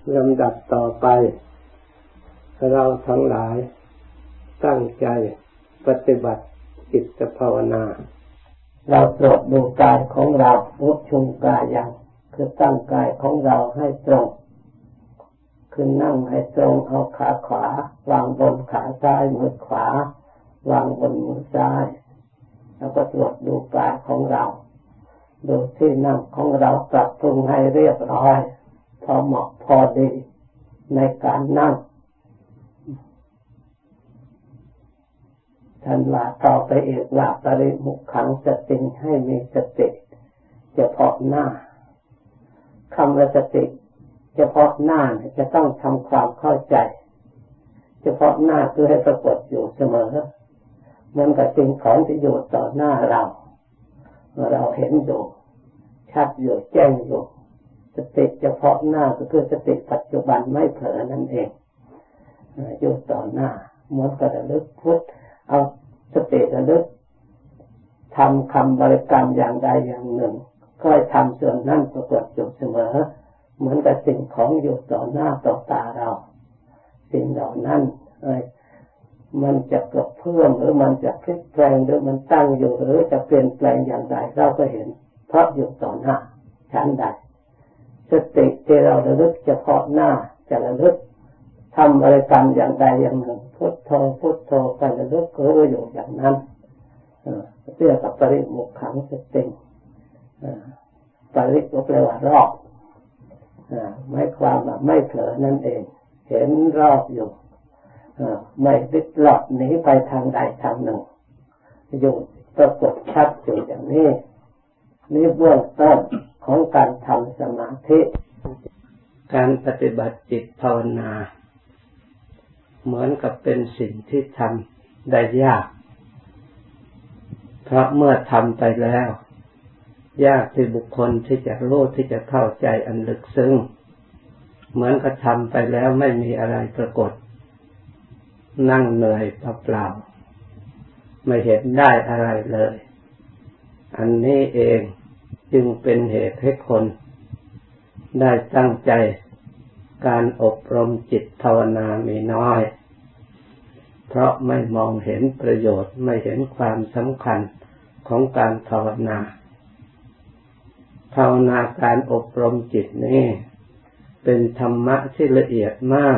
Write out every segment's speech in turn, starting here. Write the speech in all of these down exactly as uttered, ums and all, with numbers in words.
ลำดับต่อไปเราทั้งหลายตั้งใจปฏิบัติจิตภาวนาเราตรวจดูกายของเราอุชุมกายอย่างคือตั้งกายของเราให้ตรงคือนั่งให้ตรงเอาขาขวาวางบนขาซ้ายมือขวาวางบนมือซ้ายแล้วก็ตรวจดูกายของเราดูที่นั่งของเราปรับปรุงให้เรียบร้อยพอเหมาะพอดีในการนั่งท่านว่าต่อไปอีกว่าปริมุขขังสติให้มีสติเฉพาะหน้าคำว่าสติเฉพาะหน้าจะต้องทำความเข้าใจเฉพาะหน้าคือให้ปรากฏอยู่เสมอเหมือนกับสิ่งของที่อยู่ต่อหน้าเราเราเห็นอยู่ชัดอยู่แจ้งอยู่สติเฉพาะหน้าก็คือสติปัจจุบันไม่เผลอนั่นเองอยู่ต่อหน้าเหมือนกับระลึกพุทธเอาสติระลึกทำคำบริกรรมอย่างใดอย่างหนึ่งก็ให้ทำส่วนนั้นปรากฏอยู่เสมอเหมือนกับสิ่งของอยู่ต่อหน้าต่อตาเราสิ่งเหล่านั้นมันจะกระเพื่อมหรือมันจะพลิกแปลงหรือมันตั้งอยู่หรือจะเปลี่ยนแปลงอย่างใดเราก็เห็นเพราะอยู่ต่อหน้าชั้นใดสติที่เราระลึกเฉพาะหน้าจะระลึกทำบริกรรมอย่างใดอย่างหนึ่งพุทโธพุทโธไประลึกรู้อยู่อย่างนั้นเรียกว่าปริมุขขังสติปริก็แปลว่ารอบไม่ความว่าไม่เผลอนั่นเองเห็นรอบอยู่ไม่ติดหลอดหนีไปทางใดทางหนึ่งอยู่ปรากฏชัดอยู่อย่างนี้นี่เบื้องต้นของการทำสมาธิการปฏิบัติจิตภาวนาเหมือนกับเป็นสิ่งที่ทำได้ยากเพราะเมื่อทำไปแล้วยากที่บุคคลที่จะรู้ที่จะเข้าใจอันลึกซึ้งเหมือนกับทำไปแล้วไม่มีอะไรปรากฏนั่งเหนื่อยเปล่าๆไม่เห็นได้อะไรเลยอันนี้เองจึงเป็นเหตุให้คนได้ตั้งใจการอบรมจิตภาวนามีน้อยเพราะไม่มองเห็นประโยชน์ไม่เห็นความสำคัญของการภาวนาภาวนาการอบรมจิตนี้เป็นธรรมะที่ละเอียดมาก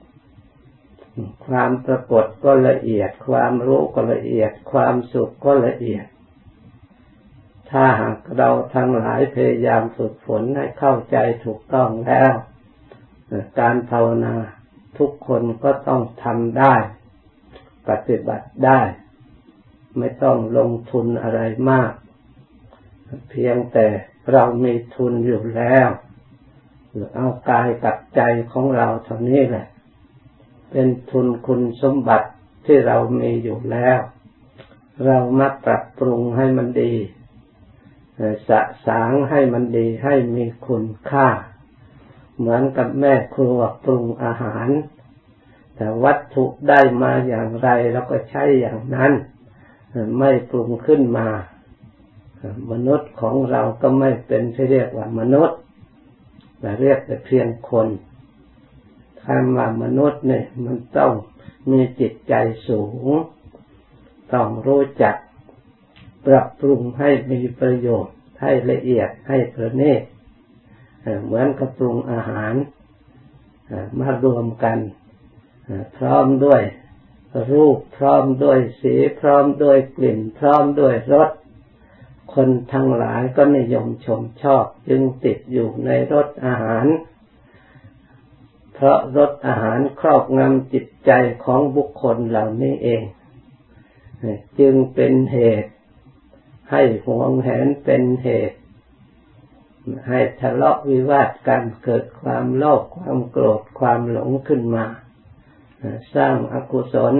ความปรากฏก็ละเอียดความรู้ก็ละเอียดความสุขก็ละเอียดถ้าหากเราทั้งหลายพยายามฝึกฝนให้เข้าใจถูกต้องแล้วการภาวนาทุกคนก็ต้องทำได้ปฏิบัติได้ไม่ต้องลงทุนอะไรมากเพียงแต่เรามีทุนอยู่แล้วเอากายกับใจของเราเท่านี้แหละเป็นทุนคุณสมบัติที่เรามีอยู่แล้วเรามาปรับปรุงให้มันดีสะสางให้มันดีให้มีคุณค่าเหมือนกับแม่ครัวปรุงอาหารแต่วัตถุได้มาอย่างไรเราก็ใช้อย่างนั้นไม่ปรุงขึ้นมามนุษย์ของเราก็ไม่เป็นที่เรียกว่ามนุษย์แต่เรียกแต่เพียงคนคำว่ามนุษย์เนี่ยมันต้องมีจิตใจสูงต้องรู้จักปรับปรุงให้มีประโยชน์ให้ละเอียดให้ประณีตเหมือนกับปรุงอาหารมารวมกันพร้อมด้วยรูปพร้อมด้วยสีพร้อมด้วยกลิ่นพร้อมด้วยรสคนทั้งหลายก็นิยมชมชอบจึงติดอยู่ในรสอาหารเพราะรสอาหารครอบงำจิตใจของบุคคลเหล่านี้เองจึงเป็นเหตุให้หวงแหนเป็นเหตุให้ทะเลาะวิวาทกันเกิดความโลภความโกรธความหลงขึ้นมาสร้างอกุศล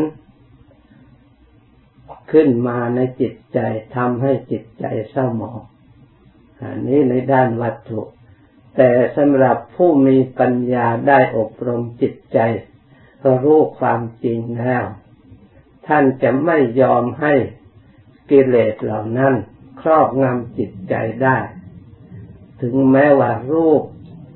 ขึ้นมาในจิตใจทำให้จิตใจเศร้าหมองอันนี้ในด้านวัตถุแต่สำหรับผู้มีปัญญาได้อบรมจิตใจรู้ความจริงแล้วท่านจะไม่ยอมให้กิเลสเหล่านั้นครอบงำจิตใจได้ถึงแม้ว่ารูป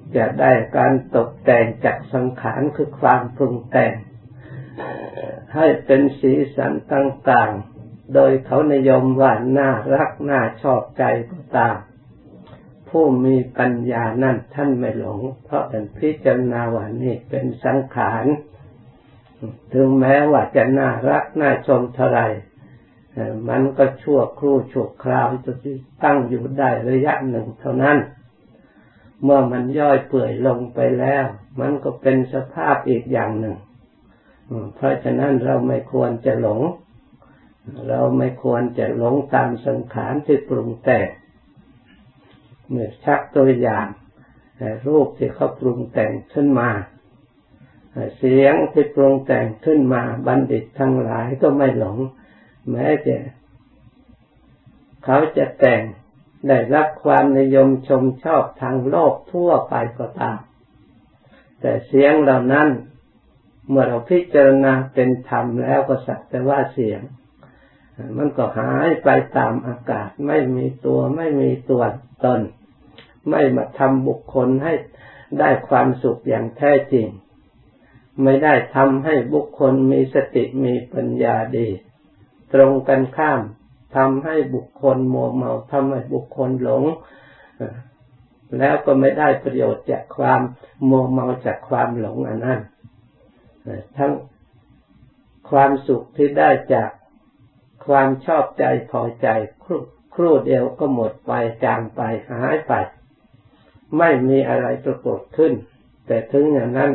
จะได้การตกแต่งจากสังขารคือความปรุงแต่งให้เป็นสีสันต่างๆโดยเขานิยมว่าน่ารักน่าชอบใจก็ตามผู้มีปัญญานั่นท่านไม่หลงเพราะท่านพิจารณาว่านี่เป็นสังขารถึงแม้ว่าจะน่ารักน่าชมเท่าไรมันก็ชั่วครู่ชั่วคราวจะตั้งอยู่ได้ระยะหนึ่งเท่านั้นเมื่อมันย่อยเปื่อยลงไปแล้วมันก็เป็นสภาพอีกอย่างหนึ่งเพราะฉะนั้นเราไม่ควรจะหลงเราไม่ควรจะหลงตามสังขารที่ปรุงแต่งเมื่อชักตัวอย่างรูปที่เขาปรุงแต่งขึ้นมาเสียงที่ปรุงแต่งขึ้นมาบัณฑิตทั้งหลายก็ไม่หลงแม้จะเขาจะแต่งได้รับความนิยมชมชอบทางโลกทั่วไปก็ตามแต่เสียงเหล่านั้นเมื่อเราพิจารณาเป็นธรรมแล้วก็สักแต่ว่าเสียงมันก็หายไปตามอากาศไม่มีตัวไม่มีตัวตนไม่มาทำบุคคลให้ได้ความสุขอย่างแท้จริงไม่ได้ทำให้บุคคลมีสติมีปัญญาดีตรงกันข้ามทำให้บุคคลมัวเมาทำให้บุคคลหลงแล้วก็ไม่ได้ประโยชน์จากความมัวเมาจากความหลงอันนั้นทั้งความสุขที่ได้จากความชอบใจพอใจครู่ครู่เดียวก็หมดไปจางไปหายไปไม่มีอะไรปรากฏขึ้นแต่ถึงอย่างนั้น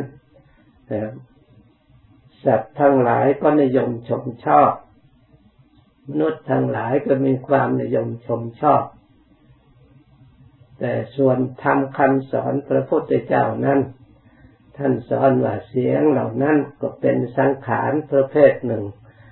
สัตว์ทั้งหลายก็นิยมชมชอบมนุษย์ทั้งหลายก็มีความนิยมชมชอบแต่ส่วนธรรมคำสอนพระพุทธเจ้านั้นท่านสอนว่าเสียงเหล่านั้นก็เป็นสังขารประเภทหนึ่ง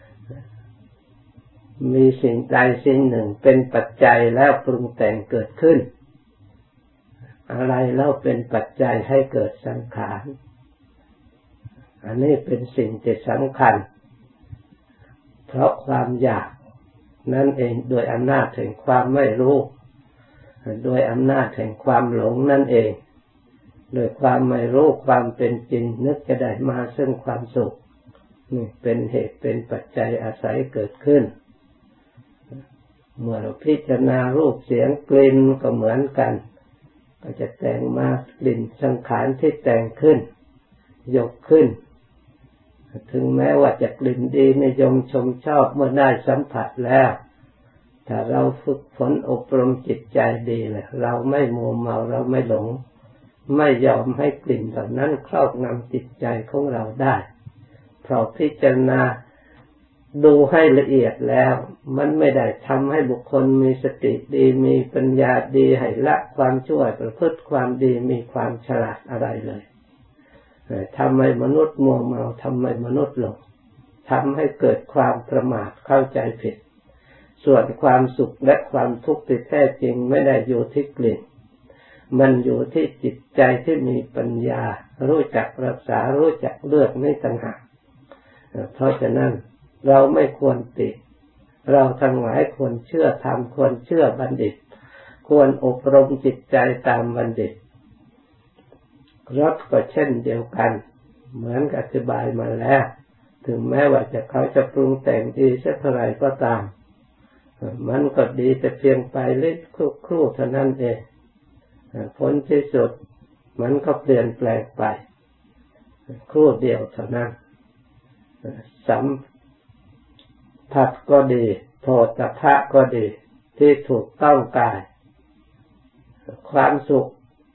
มีสิ่งใดสิ่งหนึ่งเป็นปัจจัยแล้วปรุงแต่งเกิดขึ้นอะไรแล้วเป็นปัจจัยให้เกิดสังขารอันนี้เป็นสิ่งที่สำคัญเพราะความอยากนั่นเองโดยอำนาจแห่งความไม่รู้โดยอำนาจแห่งความหลงนั่นเองโดยความไม่รู้ความเป็นจริงนึกจะได้มาซึ่งความสุขนี่เป็นเหตุเป็นปัจจัยอาศัยเกิดขึ้นเมื่อเราพิจารณารูปเสียงกลิ่นก็เหมือนกันก็จะแต่งมากลิ่นสังขารที่แต่งขึ้นยกขึ้นถึงแม้ว่าจะกลิ่นดีนิยมชมชอบเมื่อได้สัมผัสแล้วถ้าเราฝึกฝนอบรมจิตใจดีเลยเราไม่มัวเมาเราไม่หลงไม่ยอมให้กลิ่นเหล่านั้นครอบงำจิตใจของเราได้เพราะพิจารณาดูให้ละเอียดแล้วมันไม่ได้ทำให้บุคคลมีสติดีมีปัญญาดีให้ละความชั่วประพฤติความดีมีความฉลาดอะไรเลยทำให้มนุษย์มัวเมาทำให้มนุษย์หลงทำให้เกิดความประมาทเข้าใจผิดส่วนความสุขและความทุกข์ที่แท้จริงไม่ได้อยู่ที่กลิ่นมันอยู่ที่จิตใจที่มีปัญญารู้จักรักษารู้จักเลือกไม่ต่างหากเพราะฉะนั้นเราไม่ควรติดเราทั้งหลายควรเชื่อธรรมควรเชื่อบัณฑิตควรอบรมจิตใจตามบัณฑิตรสก็เช่นเดียวกันเหมือนกับอธิบายมาแล้วถึงแม้ว่าจะเขาจะปรุงแต่งดีสักเท่าไรก็ตามมันก็ดีแต่เพียงไปเล็กครู่เท่านั้นเองผลที่สุดมันก็เปลี่ยนแปลงไปครู่เดียวเท่านั้นสัมผัสก็ดีโผฏฐัพพะก็ดีที่ถูกต้องกายความสุข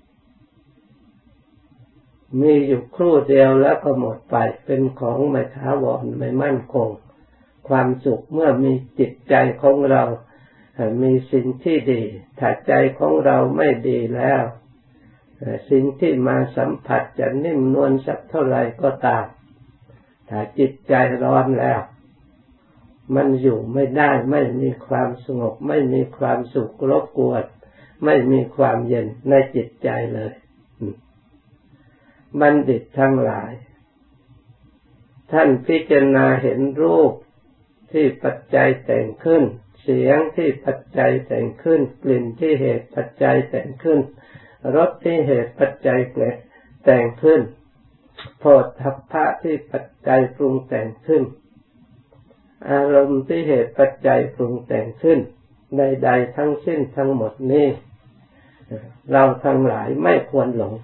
มีอยู่ครู่เดียวแล้วก็หมดไปเป็นของไม่ถาวรไม่มั่นคงความสุขเมื่อมีจิตใจของเรามีสิ่งที่ดีถ้าใจของเราไม่ดีแล้วสิ่งที่มาสัมผัสจะนิ่มนวลสักเท่าไรก็ตามถ้าจิตใจร้อนแล้วมันอยู่ไม่ได้ไม่มีความสงบไม่มีความสุขรบกวนไม่มีความเย็นในจิตใจเลยบัณฑิตทั้งหลายท่านพิจารณาเห็นรูปที่ปัจจัยแต่งขึ้นเสียงที่ปัจจัยแต่งขึ้นกลิ่นที่เหตุปัจจัยแต่งขึ้นรสที่เหตุปัจจัยเกิดแต่งขึ้นโผฏฐัพพะที่ปัจจัยปรุงแต่งขึ้นอารมณ์ที่เหตุปัจจัยปรุงแต่งขึ้นใดๆทั้งสิ้นทั้งหมดนี้เราทั้งหลายไม่ควรหลง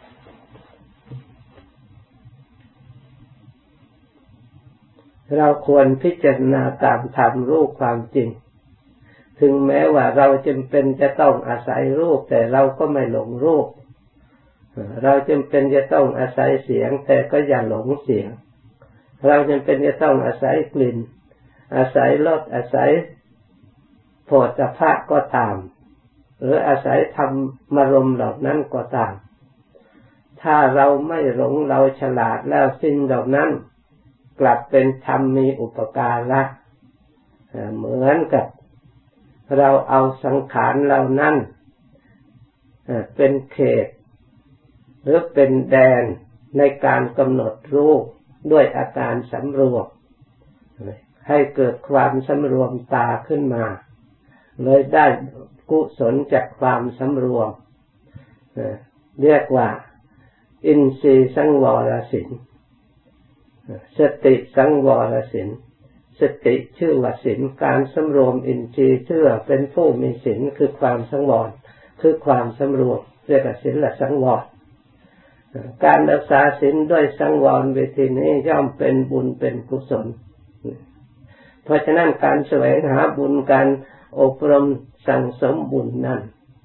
เราควรพิจารณาตามธรรมรู้ความจริงถึงแม้ว่าเราจำเป็นจะต้องอาศัยรูปแต่เราก็ไม่หลงรูปเราจำเป็นจะต้องอาศัยเสียงแต่ก็อย่าหลงเสียงเราจำเป็นจะต้องอาศัยกลิ่นอาศัยรสอาศัยโผฏฐัพพะก็ตามหรืออาศัยธรรมารมณ์เหล่านั้นก็ตามถ้าเราไม่หลงเราฉลาดแล้วสิ่งเหล่านั้นกลับเป็นธรรมมีอุปการะเหมือนกับเราเอาสังขารเหล่านั้นเป็นเขตหรือเป็นแดนในการกำหนดรูปด้วยอาการสำรวมให้เกิดความสำรวมตาขึ้นมาเลยได้กุศลจากความสำรวมเรียกว่าอินทรีย์สังวรศีลสติสังวรศีลสติชื่อว่าศีลการสำรวมอินทรีย์ชื่อเป็นผู้มีศีลคือความสังวรคือความสำรวมเรียกว่าศีลสังวรการรักษาศีลด้วยสังวรวิธีนี้ย่อมเป็นบุญเป็นกุศลเพราะฉะนั้นการแสวงหาบุญการอบรมสั่งสมบุญนั้น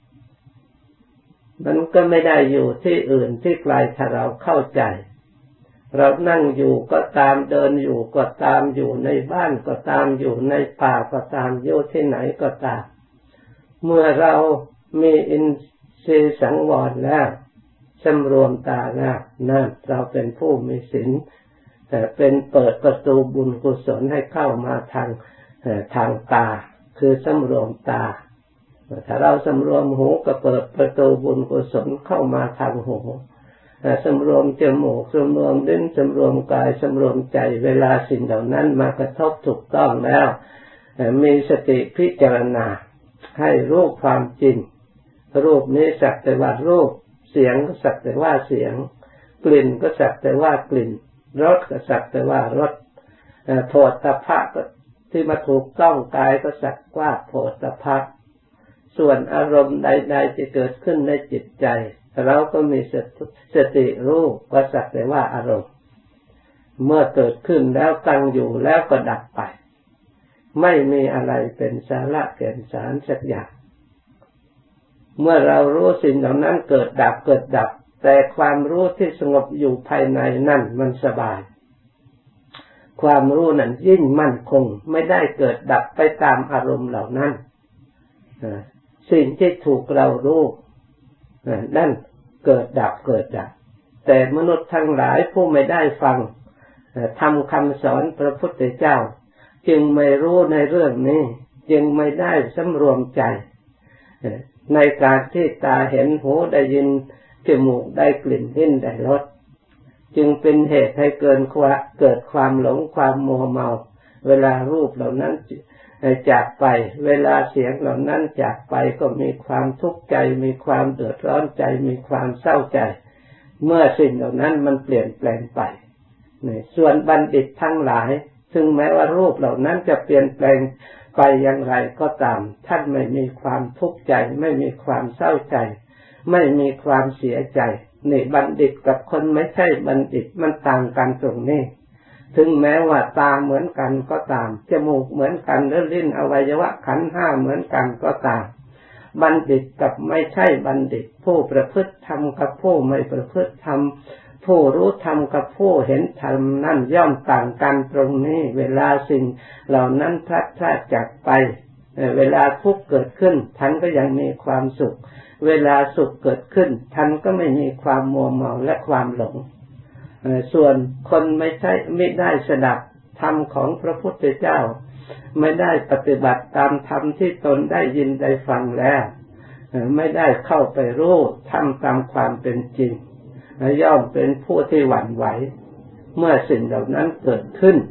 มันก็ไม่ได้อยู่ที่อื่นที่ไกลถ้าเราเข้าใจเรานั่งอยู่ก็ตามเดินอยู่ก็ตามอยู่ในบ้านก็ตามอยู่ในป่าก็ตามอยู่ที่ไหนก็ตามเมื่อเรามีอินทรีย์สังวรแล้วสำรวมตาแล้วนั่นเราเป็นผู้มีศีลแต่เป็นเปิดประตูบุญกุศลให้เข้ามาทางทางตาคือสำรวมตาถ้าเราสำรวมหูก็เปิดประตูบุญกุศลเข้ามาทางหูสำรวมจมูกสำรวมลิ้นสำรวมกายสำรวมใจเวลาสิ่งเหล่านั้นมากระทบถูกต้องแล้วมีสติพิจารณาให้รู้ความจริงรูปนี้สักแต่ว่ารูปเสียงก็สักแต่ว่าเสียงกลิ่นก็สักแต่ว่ากลิ่นรสก็สักแต่ว่ารสโผฏฐัพพะก็ที่มาถูกต้องกายก็สักว่าโผฏฐัพพะส่วนอารมณ์ใดๆจะเกิดขึ้นในจิตใจเราก็มีสติรู้ว่าสักแต่ว่าอารมณ์เมื่อเกิดขึ้นแล้วตั้งอยู่แล้วก็ดับไปไม่มีอะไรเป็นสาระแก่นสารสักอย่างเมื่อเรารู้สิ่งเหล่านั้นเกิดดับเกิดดับแต่ความรู้ที่สงบอยู่ภายในนั่นมันสบายความรู้นั้นยิ่งมั่นคงไม่ได้เกิดดับไปตามอารมณ์เหล่านั้นสิ่งที่ถูกเรารู้นั่นเกิดดับเกิดดับแต่มนุษย์ทั้งหลายผู้ไม่ได้ฟังทำคำสอนพระพุทธเจ้าจึงไม่รู้ในเรื่องนี้จึงไม่ได้สำรวมใจในการที่ตาเห็นหูได้ยินจมูกได้กลิ่นลิ้นได้รสจึงเป็นเหตุให้เกิดความเกิดความหลงความมัวเมาเวลารูปเหล่านั้นจากไปเวลาเสียงเหล่านั้นจากไปก็มีความทุกข์ใจมีความเดือดร้อนใจมีความเศร้าใจเมื่อสิ่งเหล่านั้นมันเปลี่ยนแปลงไปส่วนบัณฑิตทั้งหลายซึ่งแม้ว่ารูปเหล่านั้นจะเปลี่ยนแปลงไปอย่างไรก็ตามท่านไม่มีความทุกข์ใจไม่มีความเศร้าใจไม่มีความเสียใจนี่บัณฑิตกับคนไม่ใช่บัณฑิตมันต่างกันตรงนี้ถึงแม้ว่าตาเหมือนกันก็ตามจมูกเหมือนกันหรือลิ้นอวัยวะขันธ์ห้าเหมือนกันก็ตามบัณฑิตกับไม่ใช่บัณฑิตผู้ประพฤติธรรมกับผู้ไม่ประพฤติธรรมผู้รู้ธรรมกับผู้เห็นธรรมนั่นย่อมต่างกันตรงนี้เวลาสิ่งเหล่านั้นพลัดพรากจากไปเวลาทุกข์เกิดขึ้นท่านก็ยังมีความสุขเวลาสุขเกิดขึ้นท่านก็ไม่มีความมัวเมาและความหลงส่วนคนไม่ใช่ไม่ได้สดับธรรมของพระพุทธเจ้าไม่ได้ปฏิบัติตามธรรมที่ตนได้ยินได้ฟังแล้วไม่ได้เข้าไปรู้ทำตามความเป็นจริงย่อมเป็นผู้ที่หวั่นไหวเมื่อสิ่งเหล่านั้นเกิดขึ้น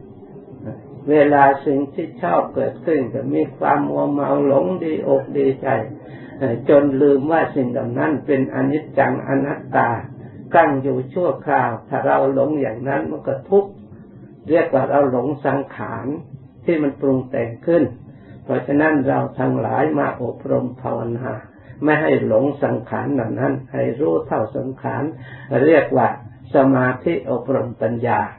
เวลาสิ่งที่ชอบเกิดขึ้นก็มีความมัวเมาหลงดีอกดีใจจนลืมว่าสิ่งเหล่านั้นเป็นอนิจจังอนัตตาตั้งอยู่ชั่วคราวถ้าเราหลงอย่างนั้นมันก็ทุกข์เรียกว่าเราหลงสังขารที่มันปรุงแต่งขึ้นเพราะฉะนั้นเราทั้งหลายมาอบรมภาวนาไม่ให้หลงสังขารเหล่านั้นให้รู้เท่าสังขารเรียกว่าสมาธิอบรมปัญญา